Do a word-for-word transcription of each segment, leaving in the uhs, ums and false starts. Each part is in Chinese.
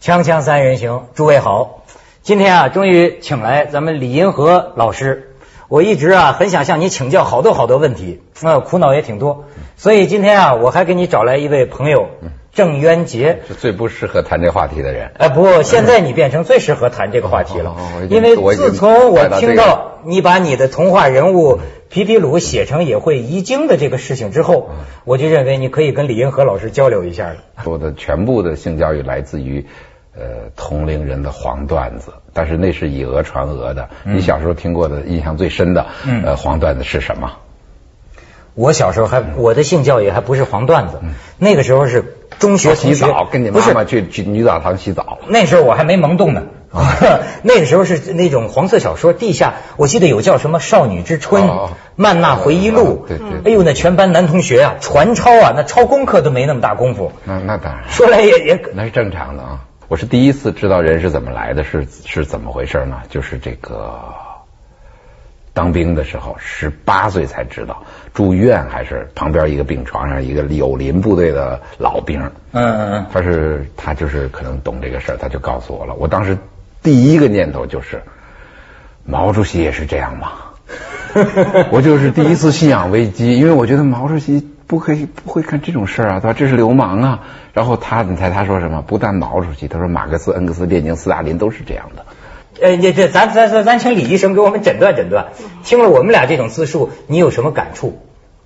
锵锵三人行，诸位好，今天啊，终于请来咱们李银河老师。我一直啊很想向你请教好多好多问题，呃，苦恼也挺多，所以今天啊，我还给你找来一位朋友，郑渊洁， 是最不适合谈这话题的人。 哎，不过现在你变成最适合谈这个话题了，因为自从我听到你把你的童话人物皮皮鲁写成也会遗精的这个事情之后，我就认为你可以跟李银河老师交流一下了。 我的全部的性教育来自于呃同龄人的黄段子，但是那是以讹传讹的。嗯、你小时候听过的印象最深的呃黄段子是什么？ 我小时候还、嗯、我的性教育还不是黄段子，嗯、那个时候是中学洗澡，跟你妈妈去去女澡堂洗澡。 那时候我还没萌动呢。那个时候是那种黄色小说，地下我记得有叫什么《少女之春》哦、曼娜回忆录， 对对， 哎呦，那全班男同学啊，传抄啊，那抄功课都没那么大功夫。 那那当然， 说来也也那是正常的啊。我是第一次知道人是怎么来的，是是怎么回事呢？就是这个当兵的时候，十八岁才知道，住院还是旁边一个病床上一个友邻部队的老兵， 嗯嗯嗯， 他是他就是可能懂这个事儿，他就告诉我了。我当时第一个念头就是，毛主席也是这样吗？我就是第一次信仰危机，因为我觉得毛主席不可以不会干这种事儿啊，对吧？这是流氓啊。然后他，你猜他说什么？不但毛主席，他说马克思、恩格斯、列宁、斯大林都是这样的。 呃，这这咱咱咱咱请李医生给我们诊断诊断。听了我们俩这种自述，你有什么感触？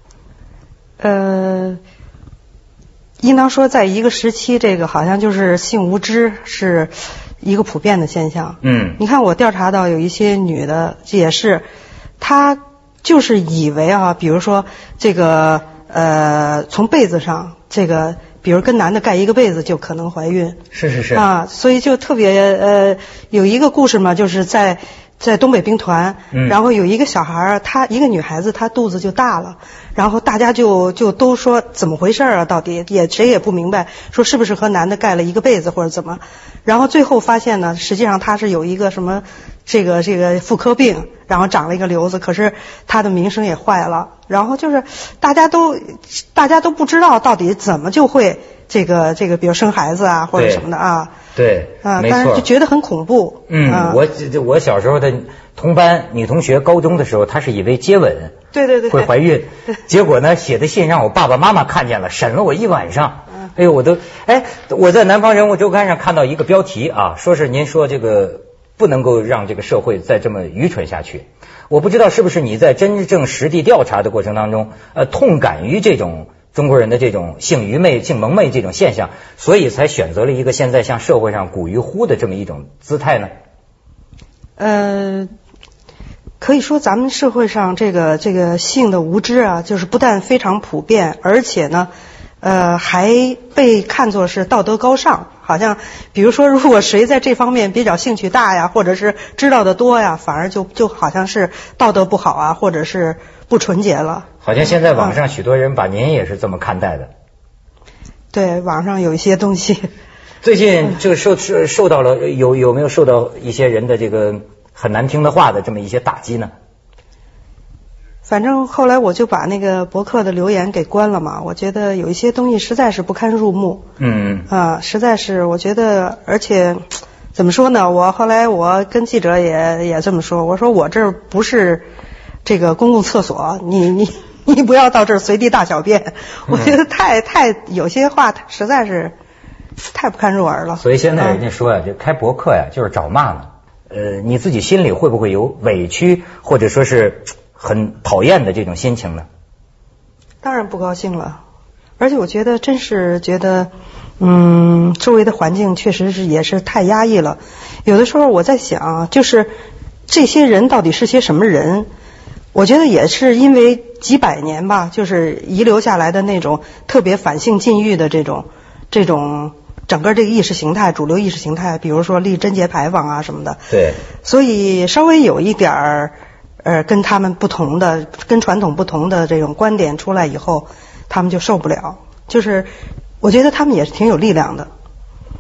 呃，应当说，在一个时期，这个好像就是性无知是一个普遍的现象。 嗯， 你看我调查到有一些女的也是，她就是以为啊，比如说这个呃，从被子上这个。比如跟男的盖一个被子就可能怀孕， 是是是啊，所以就特别呃有一个故事嘛，就是在在东北兵团，嗯、然后有一个小孩，她一个女孩子，她肚子就大了，然后大家就就都说怎么回事啊？到底也谁也不明白，说是不是和男的盖了一个被子或者怎么？然后最后发现呢，实际上她是有一个什么这个这个妇科病，然后长了一个瘤子，可是她的名声也坏了。然后就是大家都大家都不知道到底怎么就会这个这个，比如生孩子啊或者什么的啊。 对， 啊，但是就觉得很恐怖。 嗯，啊、我我小时候的同班女同学，高中的时候，她是以为接吻， 对对对， 会怀孕，结果呢，写的信让我爸爸妈妈看见了，审了我一晚上。哎呦，我都哎，我在《南方人物周刊》上看到一个标题啊，说是您说这个不能够让这个社会再这么愚蠢下去。我不知道是不是你在真正实地调查的过程当中，呃，痛感于这种中国人的这种性愚昧、性蒙昧这种现象，所以才选择了一个现在向社会上鼓于呼的这么一种姿态呢？ 呃，可以说咱们社会上这个这个性的无知啊，就是不但非常普遍，而且呢，呃，还被看作是道德高尚。好像比如说，如果谁在这方面比较兴趣大呀，或者是知道的多呀，反而就就好像是道德不好啊，或者是不纯洁了。 好像现在网上许多人把您也是这么看待的。 对，网上有一些东西。 最近就受受到了有有没有受到一些人的这个很难听的话的这么一些打击呢？ 反正后来我就把那个博客的留言给关了嘛，我觉得有一些东西实在是不堪入目。 嗯啊，实在是我觉得，而且怎么说呢？我后来我跟记者也也这么说，我说我这不是这个公共厕所，你你你不要到这儿随地大小便。我觉得太太有些话实在是太不堪入耳了。 所以现在人家说呀、啊，这开博客呀就是找骂呢。呃，你自己心里会不会有委屈，或者说是很讨厌的这种心情呢？ 当然不高兴了，而且我觉得真是觉得，嗯，周围的环境确实是也是太压抑了。有的时候我在想，就是这些人到底是些什么人？我觉得也是因为几百年吧，就是遗留下来的那种特别反性禁欲的这种这种整个这个意识形态，主流意识形态，比如说立贞节牌坊啊什么的。 对。所以稍微有一点儿。呃，跟他们不同的、跟传统不同的这种观点出来以后，他们就受不了。就是，我觉得他们也是挺有力量的。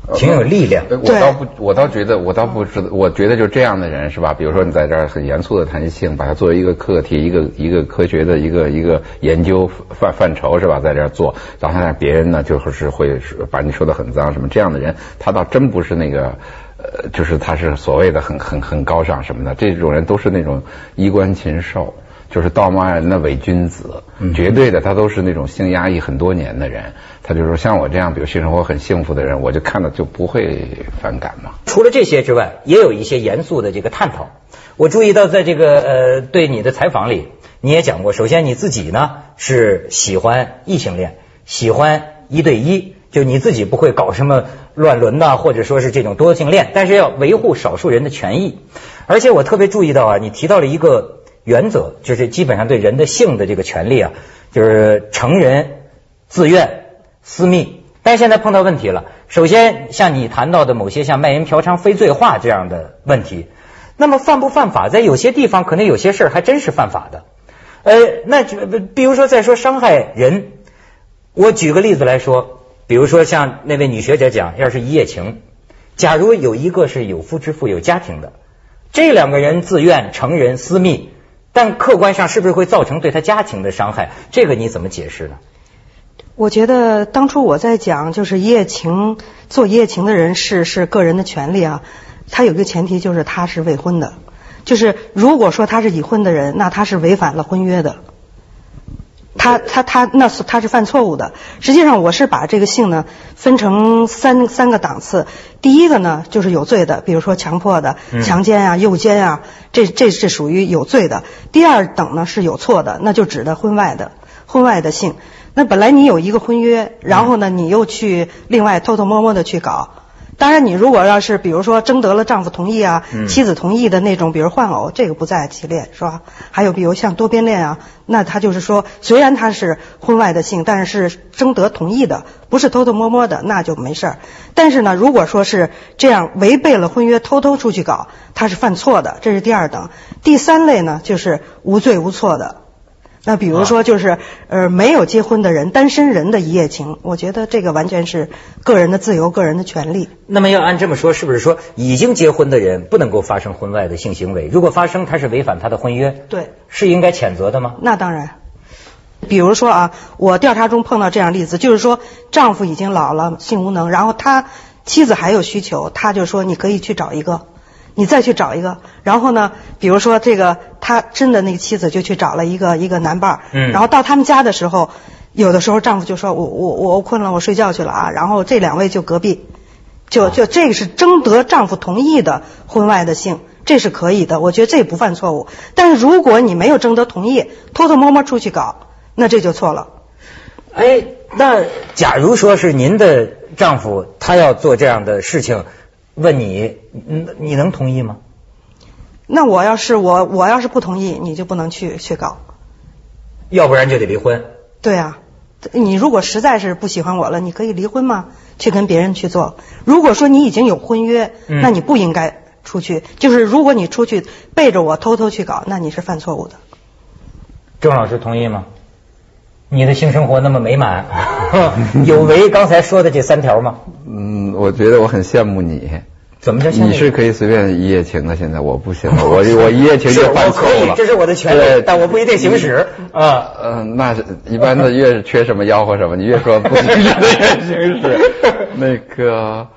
挺有力量。 我倒不，我倒觉得，我倒不知道，我觉得就这样的人是吧？比如说你在这儿很严肃的谈性，把它作为一个课题，一个一个科学的一个一个研究范范畴是吧？在这儿做，然后呢，别人呢就是会把你说的很脏什么这样的人，他倒真不是那个。呃，就是他是所谓的很很很高尚什么的，这种人都是那种衣冠禽兽，就是道貌岸然的伪君子，嗯、绝对的他都是那种性压抑很多年的人。他就说像我这样，比如性生活很幸福的人，我就看了就不会反感嘛。 除了这些之外，也有一些严肃的这个探讨。我注意到在这个呃对你的采访里，你也讲过，首先你自己呢是喜欢异性恋，喜欢一对一。就你自己不会搞什么乱伦呐，或者说是这种多性恋，但是要维护少数人的权益。而且我特别注意到啊，你提到了一个原则，就是基本上对人的性的这个权利啊，就是成人、自愿、私密。但是现在碰到问题了，首先像你谈到的某些像卖淫嫖娼非罪化这样的问题，那么犯不犯法，在有些地方可能有些事儿还真是犯法的。呃，那比如说再说伤害人，我举个例子来说。比如说像那位女学者讲，要是一夜情，假如有一个是有夫之妇有家庭的，这两个人自愿成人私密，但客观上是不是会造成对他家庭的伤害？这个你怎么解释呢？ 我觉得当初我在讲，就是一夜情做一夜情的人是是个人的权利啊，他有一个前提就是他是未婚的，就是如果说他是已婚的人，那他是违反了婚约的。他他他那是他是犯错误的。实际上我是把这个性呢分成三三个档次。第一个呢就是有罪的，比如说强迫的、强奸啊、诱奸啊，这这是属于有罪的。第二等呢是有错的，那就指的婚外的婚外的性。那本来你有一个婚约，然后呢你又去另外偷偷摸摸的去搞。当然你如果要是比如说征得了丈夫同意啊、嗯、妻子同意的那种，比如换偶，这个不在其列是吧？还有比如像多边恋啊，那他就是说虽然他是婚外的性，但是是征得同意的，不是偷偷摸摸的，那就没事儿。但是呢如果说是这样违背了婚约偷偷出去搞，他是犯错的，这是第二等。第三类呢就是无罪无错的。那比如说就是呃没有结婚的人，单身人的一夜情，我觉得这个完全是个人的自由、个人的权利。 那么要按这么说，是不是说已经结婚的人不能够发生婚外的性行为？如果发生，他是违反他的婚约， 对， 是应该谴责的吗？ 那当然。比如说啊，我调查中碰到这样例子，就是说丈夫已经老了，性无能，然后他妻子还有需求，他就说你可以去找一个。你再去找一个，然后呢，比如说这个他真的那个妻子就去找了一个一个男伴，嗯，然后到他们家的时候，有的时候丈夫就说我我我困了，我睡觉去了啊，然后这两位就隔壁，就就这个是征得丈夫同意的婚外的性，这是可以的，我觉得这不犯错误。但是如果你没有征得同意，偷偷摸摸出去搞，那这就错了。 哎，那假如说是您的丈夫他要做这样的事情，问你，你能同意吗？ 那我要是我我要是不同意，你就不能去去搞， 要不然就得离婚。 对啊，你如果实在是不喜欢我了，你可以离婚吗？去跟别人去做。如果说你已经有婚约，嗯、那你不应该出去。就是如果你出去背着我偷偷去搞，那你是犯错误的。 郑老师同意吗？你的性生活那么美满，有违刚才说的这三条吗？ 嗯，我觉得我很羡慕你。 怎么叫羡慕？ 你是可以随便一夜情的，现在我不行了，我我一夜情就犯错误了。 这是我的权利，但我不一定行使啊。 嗯，那是一般的，越是缺什么吆喝什么，你越说不行使的越行使。那个，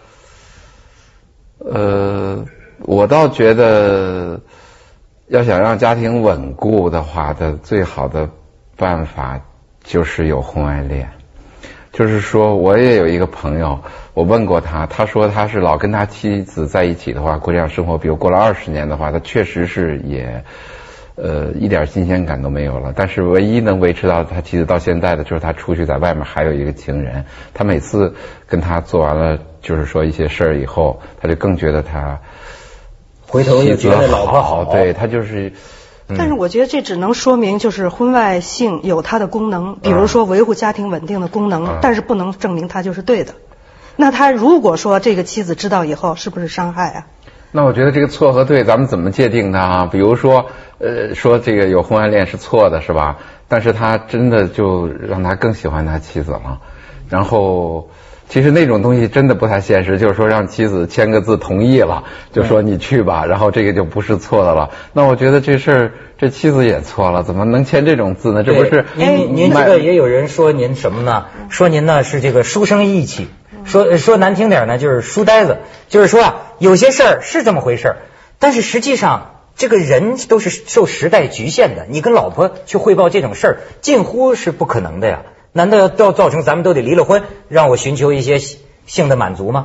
呃，我倒觉得，要想让家庭稳固的话的最好的办法就是有婚外恋。就是说我也有一个朋友，我问过他，他说他是老跟他妻子在一起的话，过这样生活，比如过了二十年的话，他确实是也呃一点新鲜感都没有了。但是唯一能维持到他妻子到现在的，就是他出去在外面还有一个情人。他每次跟他做完了就是说一些事儿以后，他就更觉得他回头又觉得老婆好， 对他就是。 但是我觉得这只能说明就是婚外性有它的功能，比如说维护家庭稳定的功能，但是不能证明它就是对的。那他如果说这个妻子知道以后，是不是伤害啊？ 那我觉得这个错和对，咱们怎么界定它啊？比如说，呃，说这个有婚外恋是错的，是吧？但是他真的就让他更喜欢他妻子了，然后其实那种东西真的不太现实，就是说让妻子签个字同意了，就说你去吧，然后这个就不是错的了。那我觉得这事儿这妻子也错了，怎么能签这种字呢？这不是您您这个也有人说您什么呢？说您呢是这个书生意气，说说难听点呢就是书呆子，就是说啊有些事儿是这么回事儿，但是实际上这个人都是受时代局限的，你跟老婆去汇报这种事儿近乎是不可能的呀。难道要造造成咱们都得离了婚，让我寻求一些性的满足吗？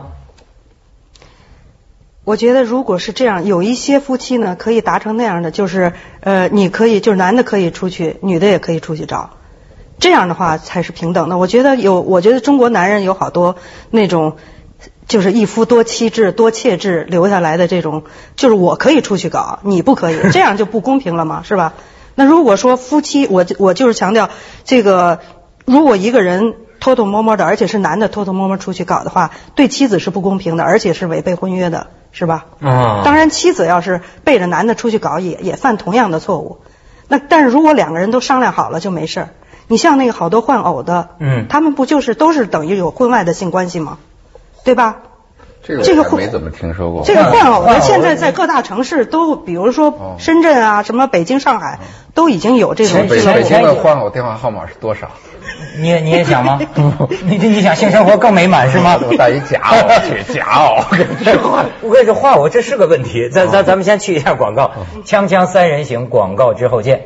我觉得如果是这样，有一些夫妻呢可以达成那样的，就是呃，你可以就是男的可以出去，女的也可以出去找，这样的话才是平等的。我觉得有，我觉得中国男人有好多那种就是一夫多妻制、多妾制留下来的这种，就是我可以出去搞，你不可以，这样就不公平了嘛，是吧？那如果说夫妻，我我就是强调这个。如果一个人偷偷摸摸的，而且是男的偷偷摸摸出去搞的话，对妻子是不公平的，而且是违背婚约的，是吧？啊，当然妻子要是背着男的出去搞，也也犯同样的错误。那但是如果两个人都商量好了就没事。你像那个好多换偶的，嗯，他们不就是都是等于有婚外的性关系吗？对吧？ 这个这个没怎么听说过。 这个换偶的现在在各大城市都，比如说深圳啊、什么北京、上海，都已经有这种。 北北京的换偶电话号码是多少？ 你也你也想吗？你你想性生活更美满是吗？ 我带一假偶去，假偶。 我跟你说，换偶这是个问题。咱咱咱们先去一下广告，锵锵三人行，广告之后见。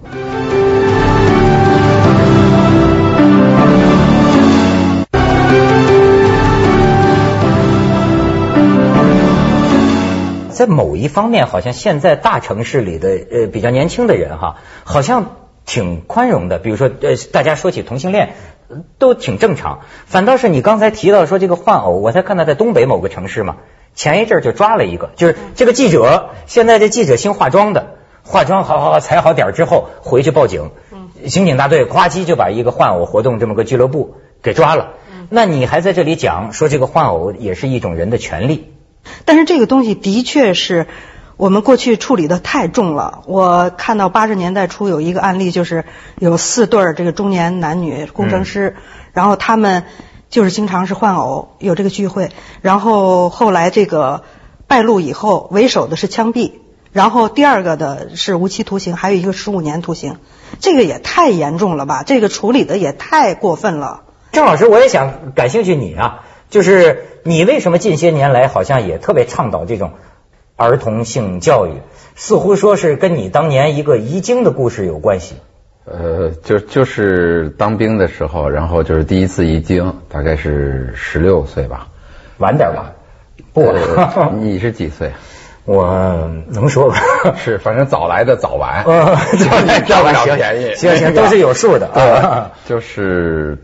在某一方面，好像现在大城市里的呃比较年轻的人哈，好像挺宽容的。比如说呃，大家说起同性恋都挺正常，反倒是你刚才提到说这个换偶，我才看到在东北某个城市嘛，前一阵就抓了一个，就是这个记者，现在这记者姓化妆的，化妆好好好踩好点之后回去报警，刑警大队咵叽就把一个换偶活动这么个俱乐部给抓了。那你还在这里讲说这个换偶也是一种人的权利？ 但是这个东西的确是我们过去处理的太重了。我看到八十年代初有一个案例，就是有四对这个中年男女工程师，嗯、然后他们就是经常是换偶，有这个聚会，然后后来这个败露以后，为首的是枪毙，然后第二个的是无期徒刑，还有一个十五年徒刑，这个也太严重了吧？这个处理的也太过分了。 郑老师，我也想感兴趣你啊，就是你为什么近些年来好像也特别倡导这种儿童性教育？似乎说是跟你当年一个遗精的故事有关系。 呃，就就是当兵的时候，然后就是第一次遗精，大概是十六岁吧， 晚点吧？不、 呃，你是几岁？ 我能说吧？ 是，反正早来的早完， 呃， 占不了便宜。 行行，都是有数的啊。就是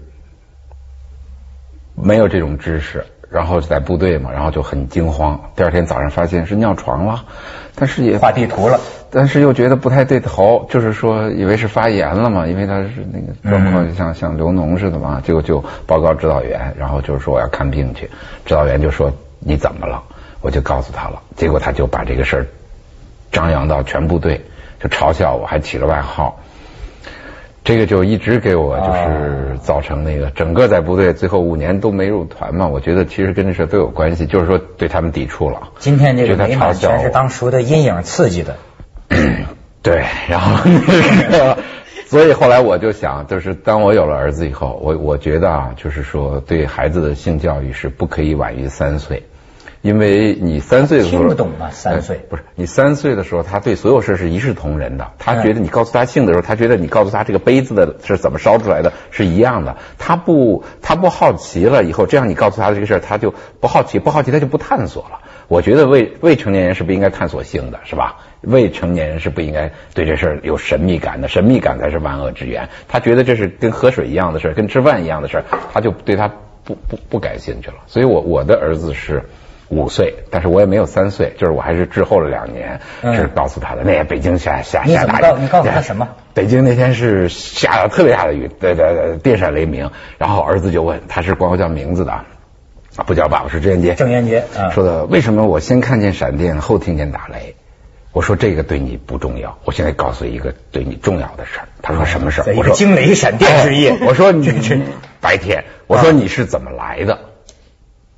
没有这种知识，然后在部队嘛，然后就很惊慌。第二天早上发现是尿床了，但是也画地图了， 但是又觉得不太对头，就是说以为是发炎了嘛，因为他是那个状况像、嗯、像流脓似的嘛，结果就报告指导员，然后就是说我要看病去，指导员就说你怎么了？我就告诉他了，结果他就把这个事儿张扬到全部队，就嘲笑我，还起了外号。这个就一直给我就是造成那个整个在部队最后五年都没入团嘛，我觉得其实跟这事都有关系，就是说对他们抵触了。 今天这个美满全是当初的阴影刺激的。 对，然后那个，所以后来我就想，就是当我有了儿子以后，我我觉得啊，就是说对孩子的性教育是不可以晚于三岁。因为你三岁的时候听不懂吗？三岁、 呃、不是你三岁的时候，他对所有事是一视同仁的。他觉得你告诉他性的时候，他觉得你告诉他这个杯子的是怎么烧出来的是一样的。他不他不好奇了以后，这样你告诉他的这个事儿，他就不好奇，不好奇他就不探索了。我觉得未未成年人是不应该探索性的，是吧？未成年人是不应该对这事儿有神秘感的，神秘感才是万恶之源。他觉得这是跟喝水一样的事儿，跟吃饭一样的事儿，他就对他不不不感兴趣了。所以我我的儿子是五岁，但是我也没有三岁，就是我还是滞后了两年，嗯、是告诉他的。那也北京下下下大雨， 你告诉他什么？ 北京那天是下了特别大的雨，对对对，电闪雷鸣。然后儿子就问，他是管我叫名字的，不叫爸爸，是郑渊洁。 郑渊洁、嗯、 说的，为什么我先看见闪电，后听见打雷？我说这个对你不重要，我现在告诉一个对你重要的事儿。他说什么事儿？ 我说惊雷闪电之夜。 我说你白天，我说你是怎么来的？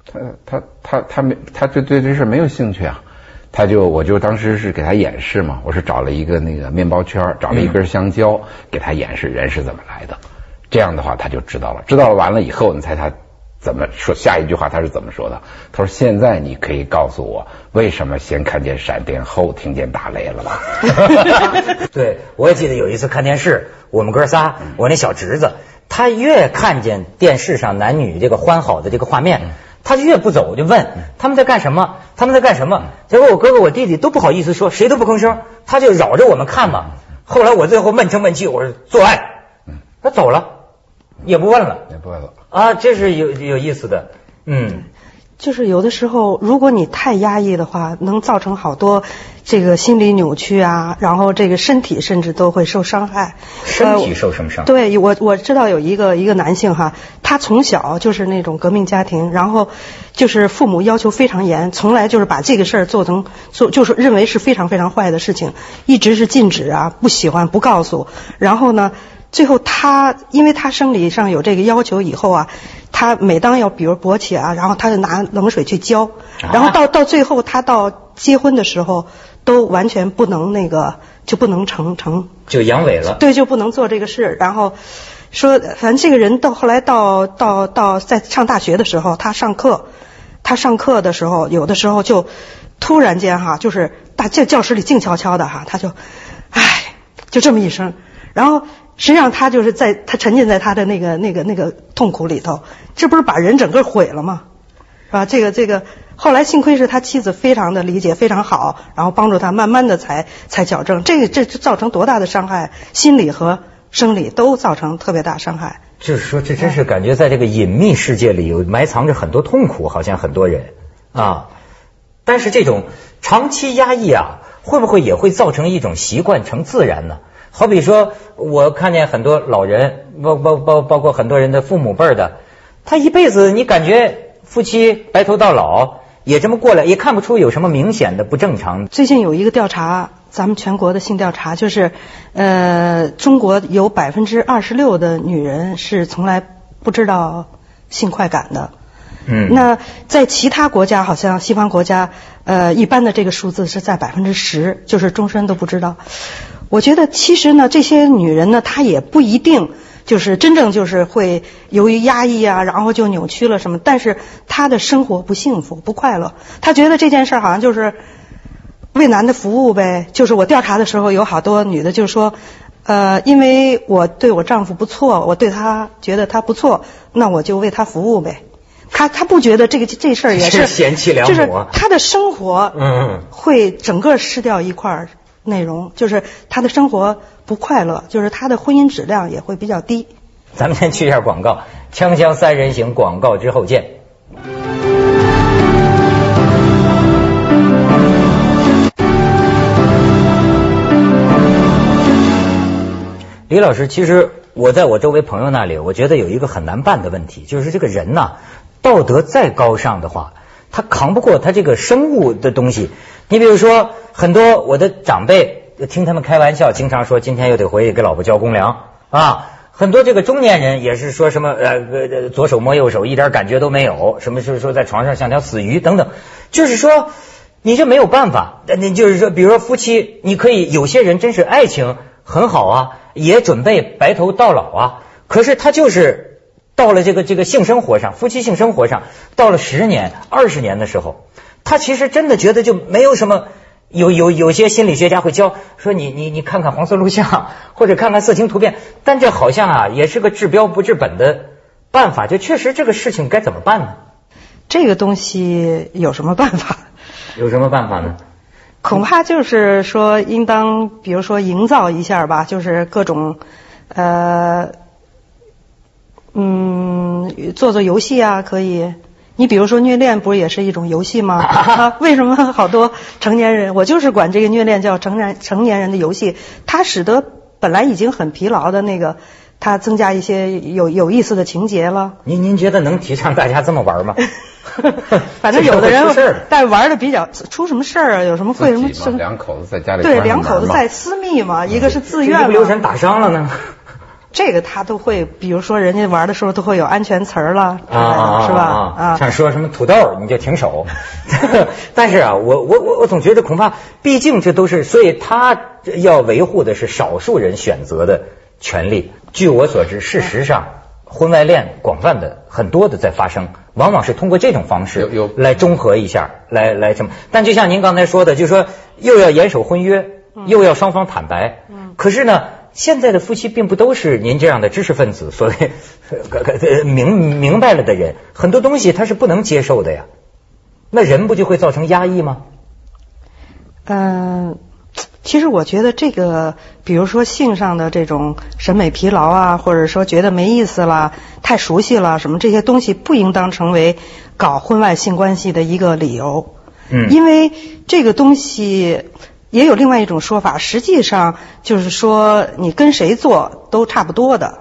他他他他没他对对这事没有兴趣啊。他就我就当时是给他演示嘛，我是找了一个那个面包圈，找了一根香蕉，嗯、给他演示人是怎么来的。这样的话他就知道了，知道了完了以后，你猜他怎么说？下一句话他是怎么说的？他说：“现在你可以告诉我，为什么先看见闪电后听见打雷了吧？” 对，我也记得有一次看电视，我们哥仨，我那小侄子，他越看见电视上男女这个欢好的这个画面。嗯，他就越不走，就问他们在干什么，他们在干什么。结果我哥哥我弟弟都不好意思说，谁都不吭声，他就绕着我们看嘛。后来我最后闷声闷气，我说做爱，他走了，也不问了， 也不问了啊，这是有有意思的，嗯。 就是有的时候，如果你太压抑的话，能造成好多这个心理扭曲啊，然后这个身体甚至都会受伤害。 身体受什么伤？ 呃、对，我我知道有一个一个男性哈，他从小就是那种革命家庭，然后就是父母要求非常严，从来就是把这个事儿做成做，就是认为是非常非常坏的事情，一直是禁止啊，不喜欢不告诉。然后呢，最后他因为他生理上有这个要求以后啊。他每当要比如勃起啊，然后他就拿冷水去浇，然后到到最后他到结婚的时候都完全不能那个就不能成成就阳痿了， 对，就不能做这个事。然后说反正这个人到后来到到到在上大学的时候，他上课他上课的时候有的时候就突然间哈，就是大教教室里静悄悄的哈，他就唉就这么一声，然后实际上他就是在他沉浸在他的那个那个那个痛苦里头，这不是把人整个毁了吗？是吧？这个这个后来幸亏是他妻子非常的理解，非常好，然后帮助他慢慢的才才矫正。这个这造成多大的伤害，心理和生理都造成特别大伤害。 就是说，这真是感觉在这个隐秘世界里有埋藏着很多痛苦，好像很多人啊。但是这种长期压抑啊，会不会也会造成一种习惯成自然呢？好比说，我看见很多老人，包包包包括很多人的父母辈的，他一辈子你感觉夫妻白头到老，也这么过来，也看不出有什么明显的不正常。 最近有一个调查，咱们全国的性调查，就是呃，中国有百分之二十六的女人是从来不知道性快感的。嗯，那在其他国家，好像西方国家，呃，一般的这个数字是在百分之十，就是终身都不知道。我觉得其实呢，这些女人呢，她也不一定就是真正就是会由于压抑啊，然后就扭曲了什么，但是她的生活不幸福不快乐，她觉得这件事好像就是为男的服务呗。就是我调查的时候，有好多女的就说，呃，因为我对我丈夫不错，我对他觉得他不错，那我就为他服务呗。他他不觉得这个这事儿也是贤妻良母， 就是他的生活嗯会整个失掉一块内容，就是他的生活不快乐，就是他的婚姻质量也会比较低。 咱们先去一下广告，锵锵三人行广告之后见。李老师，其实我在我周围朋友那里，我觉得有一个很难办的问题，就是这个人呐，道德再高尚的话，他扛不过他这个生物的东西。你比如说，很多我的长辈听他们开玩笑，经常说今天又得回去给老婆交公粮啊。很多这个中年人也是说什么呃左手摸右手，一点感觉都没有，什么就是说在床上像条死鱼等等，就是说你就没有办法。你就是说，比如说夫妻，你可以有些人真是爱情很好啊，也准备白头到老啊，可是他就是到了这个这个性生活上，夫妻性生活上，到了十年、二十年的时候，他其实真的觉得就没有什么。有有有些心理学家会教说你你你看看黄色录像或者看看色情图片，但这好像啊也是个治标不治本的办法，就确实这个事情该怎么办呢？ 这个东西有什么办法？ 有什么办法呢？ 恐怕就是说应当比如说营造一下吧，就是各种呃嗯做做游戏啊，可以。你比如说虐恋不是也是一种游戏吗？啊，为什么好多成年人，我就是管这个虐恋叫成年成年人的游戏，它使得本来已经很疲劳的那个，它增加一些有有意思的情节了。 您您觉得能提倡大家这么玩吗？ 反正有的人，但玩的比较出什么事儿啊？有什么会什么事？ 两口子在家里对，两口子在私密嘛，一个是自愿嘛。 流程打伤了呢？ 这个他都会，比如说人家玩的时候都会有安全词儿了， 啊， 是吧？ 啊，像说什么土豆你就停手。但是啊，我我我我总觉得恐怕，毕竟这都是，所以他要维护的是少数人选择的权利。据我所知，事实上婚外恋广泛的很多的在发生，往往是通过这种方式有有来中和一下，来来什么。但就像您刚才说的，就是说又要严守婚约，又要双方坦白，嗯，可是呢。现在的夫妻并不都是您这样的知识分子，所谓明明白了的人，很多东西他是不能接受的呀。那人不就会造成压抑吗？ 嗯、呃，其实我觉得这个，比如说性上的这种审美疲劳啊，或者说觉得没意思了、太熟悉了，什么这些东西，不应当成为搞婚外性关系的一个理由。嗯，因为这个东西。也有另外一种说法，实际上就是说你跟谁做都差不多的，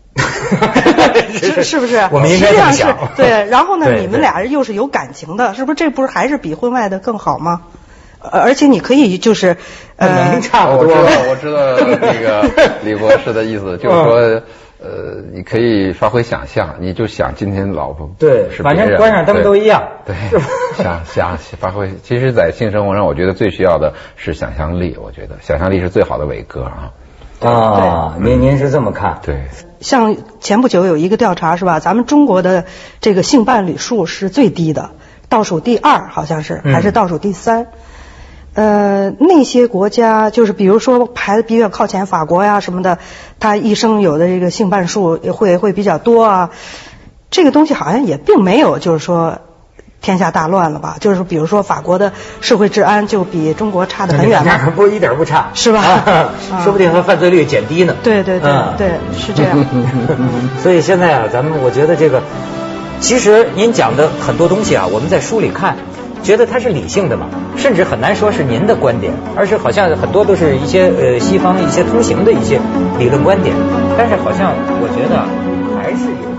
是是不是？ 我们应该这么想。 对，然后呢，你们俩又是有感情的，是不是？这不是还是比婚外的更好吗？而且你可以就是呃，能差不多。 我知道，我知道那个李博士的意思，就是说。呃，你可以发挥想象，你就想今天老婆对，反正关上灯都一样， 对，想想发挥。其实，在性生活上，我觉得最需要的是想象力。我觉得想象力是最好的伟哥啊。 啊，您您是这么看？ 对。 像前不久有一个调查是吧？咱们中国的这个性伴侣数是最低的，倒数第二好像是，还是倒数第三。嗯呃，那些国家就是比如说排的比较靠前，法国呀什么的，他一生有的这个性伴数也会会比较多啊。这个东西好像也并没有就是说天下大乱了吧？就是比如说法国的社会治安就比中国差得很远嘛， 不一点不差， 是吧？ 啊、说不定它犯罪率减低呢。 对对对、嗯、对，是这样。 所以现在啊，咱们我觉得这个，其实您讲的很多东西啊，我们在书里看。觉得它是理性的嘛，甚至很难说是您的观点，而是好像很多都是一些呃西方一些通行的一些理论观点，但是好像我觉得还是有。